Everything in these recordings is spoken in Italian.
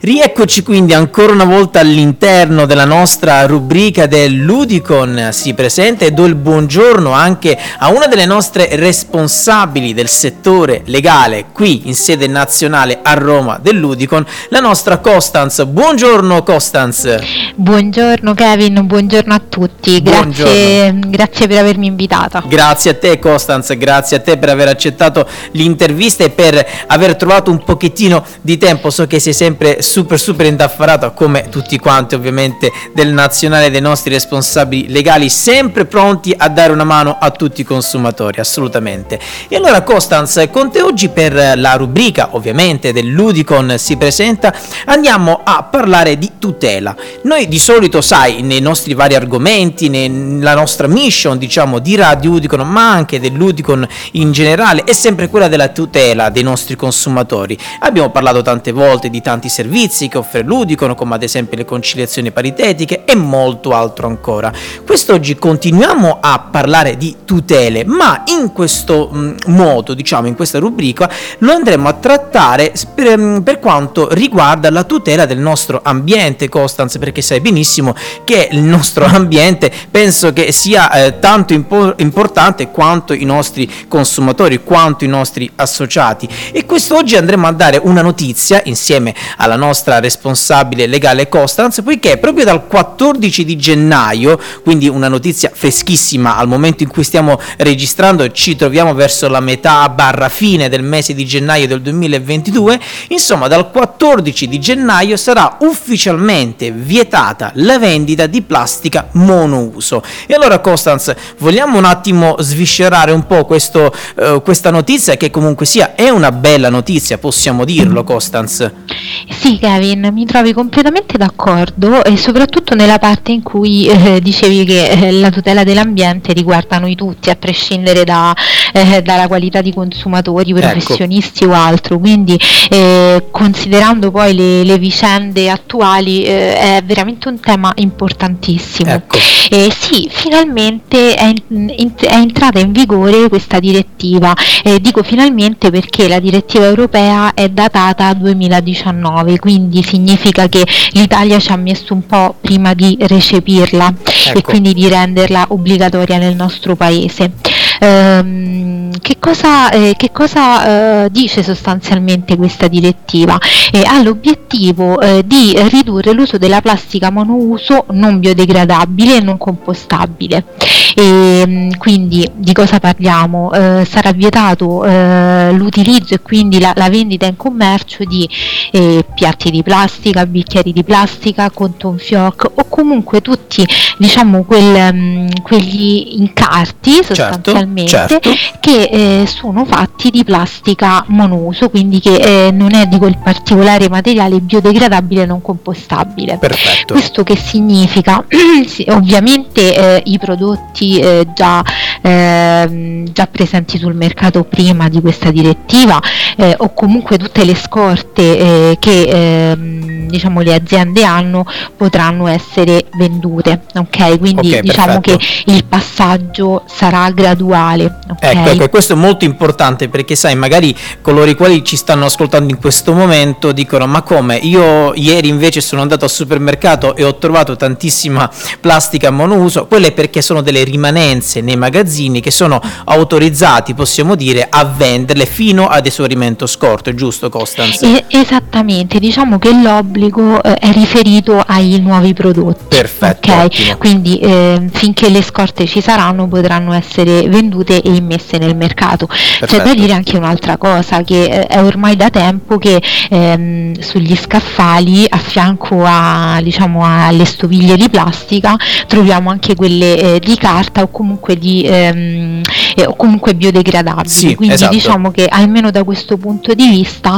Rieccoci quindi ancora una volta all'interno della nostra rubrica del Ludicon si presenta, e do il buongiorno anche a una delle nostre responsabili del settore legale qui in sede nazionale a Roma del Ludicon, la nostra Costanz. Buongiorno Costanz. Buongiorno Kevin, buongiorno a tutti, grazie per avermi invitata. Grazie a te Costanz, grazie a te per aver accettato l'intervista e per aver trovato un pochettino di tempo. So che sei sempre super indaffarata come tutti quanti ovviamente del nazionale, dei nostri responsabili legali, sempre pronti a dare una mano a tutti i consumatori, assolutamente. E allora Costanz, con te oggi per la rubrica ovviamente del Ludicon si presenta andiamo a parlare di tutela. Noi di solito, sai, nei nostri vari argomenti, nella nostra mission diciamo di Radio Ludicon, ma anche del Ludicon in generale, è sempre quella della tutela dei nostri consumatori. Abbiamo parlato tante volte di tanti servizi che offre Ludicon, come ad esempio le conciliazioni paritetiche e molto altro ancora. Quest'oggi continuiamo a parlare di tutele, ma in questo modo, diciamo, in questa rubrica lo andremo a trattare per quanto riguarda la tutela del nostro ambiente, Costanz, perché sai benissimo che il nostro ambiente penso che sia tanto importante quanto i nostri consumatori, quanto i nostri associati. E quest'oggi andremo a dare una notizia insieme alla nostra responsabile legale Costanz, poiché proprio dal 14 di gennaio, quindi una notizia freschissima al momento in cui stiamo registrando, ci troviamo verso la metà barra fine del mese di gennaio del 2022, insomma dal 14 di gennaio sarà ufficialmente vietata la vendita di plastica monouso. E allora Costanz, vogliamo un attimo sviscerare un po' questa notizia, che comunque sia è una bella notizia, possiamo dirlo Costanz? Sì Kevin, mi trovi completamente d'accordo, e soprattutto nella parte in cui dicevi che la tutela dell'ambiente riguarda noi tutti, a prescindere dalla qualità di consumatori, professionisti, ecco, o altro. Quindi considerando poi le vicende attuali è veramente un tema importantissimo. Ecco. Sì, finalmente è entrata in vigore questa direttiva, dico finalmente perché la direttiva europea è datata 2019, quindi significa che l'Italia ci ha messo un po' prima di recepirla, ecco, e quindi di renderla obbligatoria nel nostro paese. Che cosa dice sostanzialmente questa direttiva? Ha l'obiettivo di ridurre l'uso della plastica monouso non biodegradabile e non compostabile. Quindi di cosa parliamo? Sarà vietato l'utilizzo e quindi la vendita in commercio di piatti di plastica, bicchieri di plastica, cotton fioc o comunque tutti, diciamo, quegli incarti sostanzialmente, certo, che sono fatti di plastica monouso, quindi che non è di quel particolare materiale biodegradabile e non compostabile. Perfetto. Questo che significa? Ovviamente i prodotti già presenti sul mercato prima di questa direttiva o comunque tutte le scorte che diciamo le aziende hanno potranno essere vendute, ok? Quindi okay, diciamo perfetto, che il passaggio sarà graduale, okay? Ecco, questo è molto importante, perché sai, magari coloro i quali ci stanno ascoltando in questo momento dicono: ma come, io ieri invece sono andato al supermercato e ho trovato tantissima plastica monouso. Quelle perché sono delle rimanenze nei magazzini che sono autorizzati, possiamo dire, a venderle fino ad esaurimento scorto, è giusto Costanz? Esattamente, diciamo che l'obbligo è riferito ai nuovi prodotti. Perfetto, okay? Ottimo. Quindi finché le scorte ci saranno potranno essere vendute e immesse nel mercato. Perfetto. C'è da dire anche un'altra cosa, che è ormai da tempo che sugli scaffali a fianco alle stoviglie di plastica troviamo anche quelle di carta o comunque biodegradabili, sì, quindi esatto, diciamo che almeno da questo punto di vista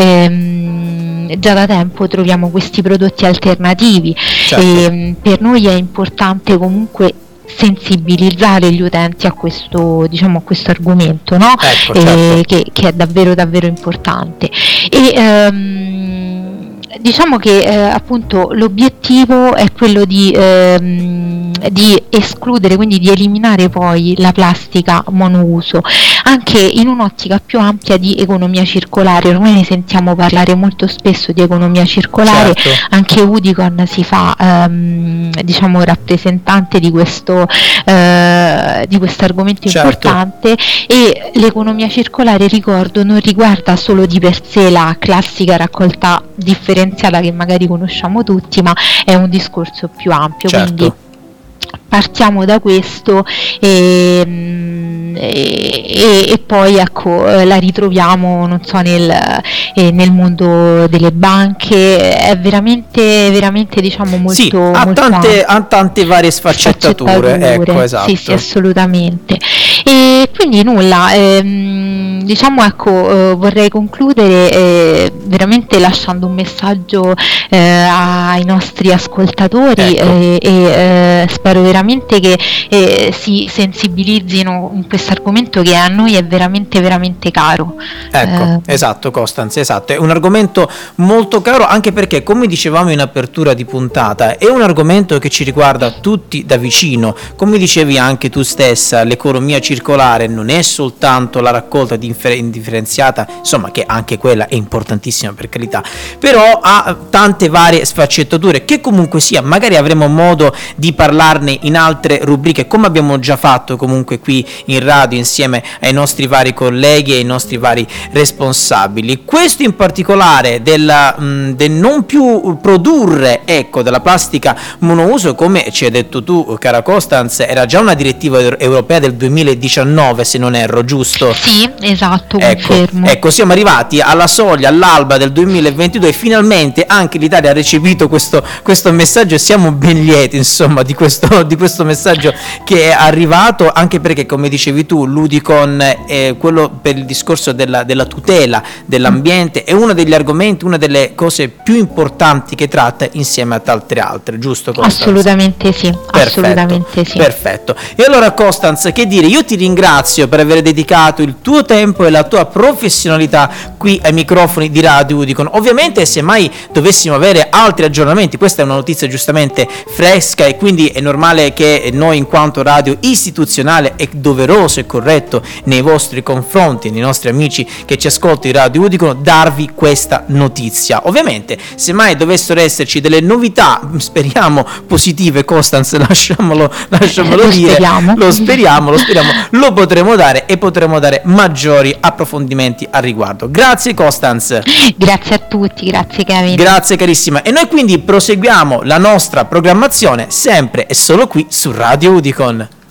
già da tempo troviamo questi prodotti alternativi. certo. Per noi è importante comunque sensibilizzare gli utenti a questo argomento, no? Ecco, certo, che è davvero importante. Diciamo che appunto l'obiettivo è quello di escludere, quindi di eliminare poi la plastica monouso, anche in un'ottica più ampia di economia circolare. Ormai ne sentiamo parlare molto spesso di economia circolare, certo. Anche Udicon si fa diciamo rappresentante di questo argomento Certo. importante, e l'economia circolare, ricordo, non riguarda solo di per sé la classica raccolta differenziata che magari conosciamo tutti, ma è un discorso più ampio. Certo. Quindi partiamo da questo e poi ecco, la ritroviamo, non so, nel mondo delle banche. È veramente diciamo molto, Sì, ha tante varie sfaccettature, ecco, esatto. Sì, assolutamente. E quindi nulla, diciamo, ecco, vorrei concludere veramente lasciando un messaggio ai nostri ascoltatori, Ecco. e spero veramente che si sensibilizzino in questo argomento che a noi è veramente caro. Ecco, esatto Costanza, esatto, è un argomento molto caro, anche perché, come dicevamo in apertura di puntata, è un argomento che ci riguarda tutti da vicino. Come dicevi anche tu stessa, l'economia circolare non è soltanto la raccolta indifferenziata, insomma, che anche quella è importantissima, per carità, però ha tante varie sfaccettature che comunque sia, magari avremo modo di parlarne in altre rubriche, come abbiamo già fatto comunque qui in radio insieme ai nostri vari colleghi e ai nostri vari responsabili. Questo in particolare del non più produrre, ecco, della plastica monouso, come ci hai detto tu, cara Costanza, era già una direttiva europea del 2019, se non erro, giusto? Sì, esatto, confermo. Ecco, siamo arrivati alla soglia, all'alba del 2022, e finalmente anche l'Italia ha recepito questo messaggio, e siamo ben lieti, insomma, di questo messaggio che è arrivato, anche perché, come dicevi tu, l'Udicon, quello per il discorso della tutela dell'ambiente, è uno degli argomenti, una delle cose più importanti che tratta, insieme a tante altre, giusto Costanza? Assolutamente sì, Perfetto, assolutamente sì. Perfetto. E allora Costanza, che dire, io ti ringrazio per aver dedicato il tuo tempo e la tua professionalità qui ai microfoni di Radio Udicon. Ovviamente, se mai dovessimo avere altri aggiornamenti, questa è una notizia giustamente fresca, e quindi è normale che noi, in quanto radio istituzionale, è doveroso e corretto nei vostri confronti, nei nostri amici che ci ascoltano di Radio Udicon, darvi questa notizia. Ovviamente, se mai dovessero esserci delle novità, speriamo positive, Costanza, lasciamolo dire, lo speriamo, lo potremo dare, e potremo dare maggiori approfondimenti al riguardo. Grazie Costanza. Grazie a tutti, grazie Kevin. Grazie carissima. E noi quindi proseguiamo la nostra programmazione sempre e solo qui su Radio Udicon.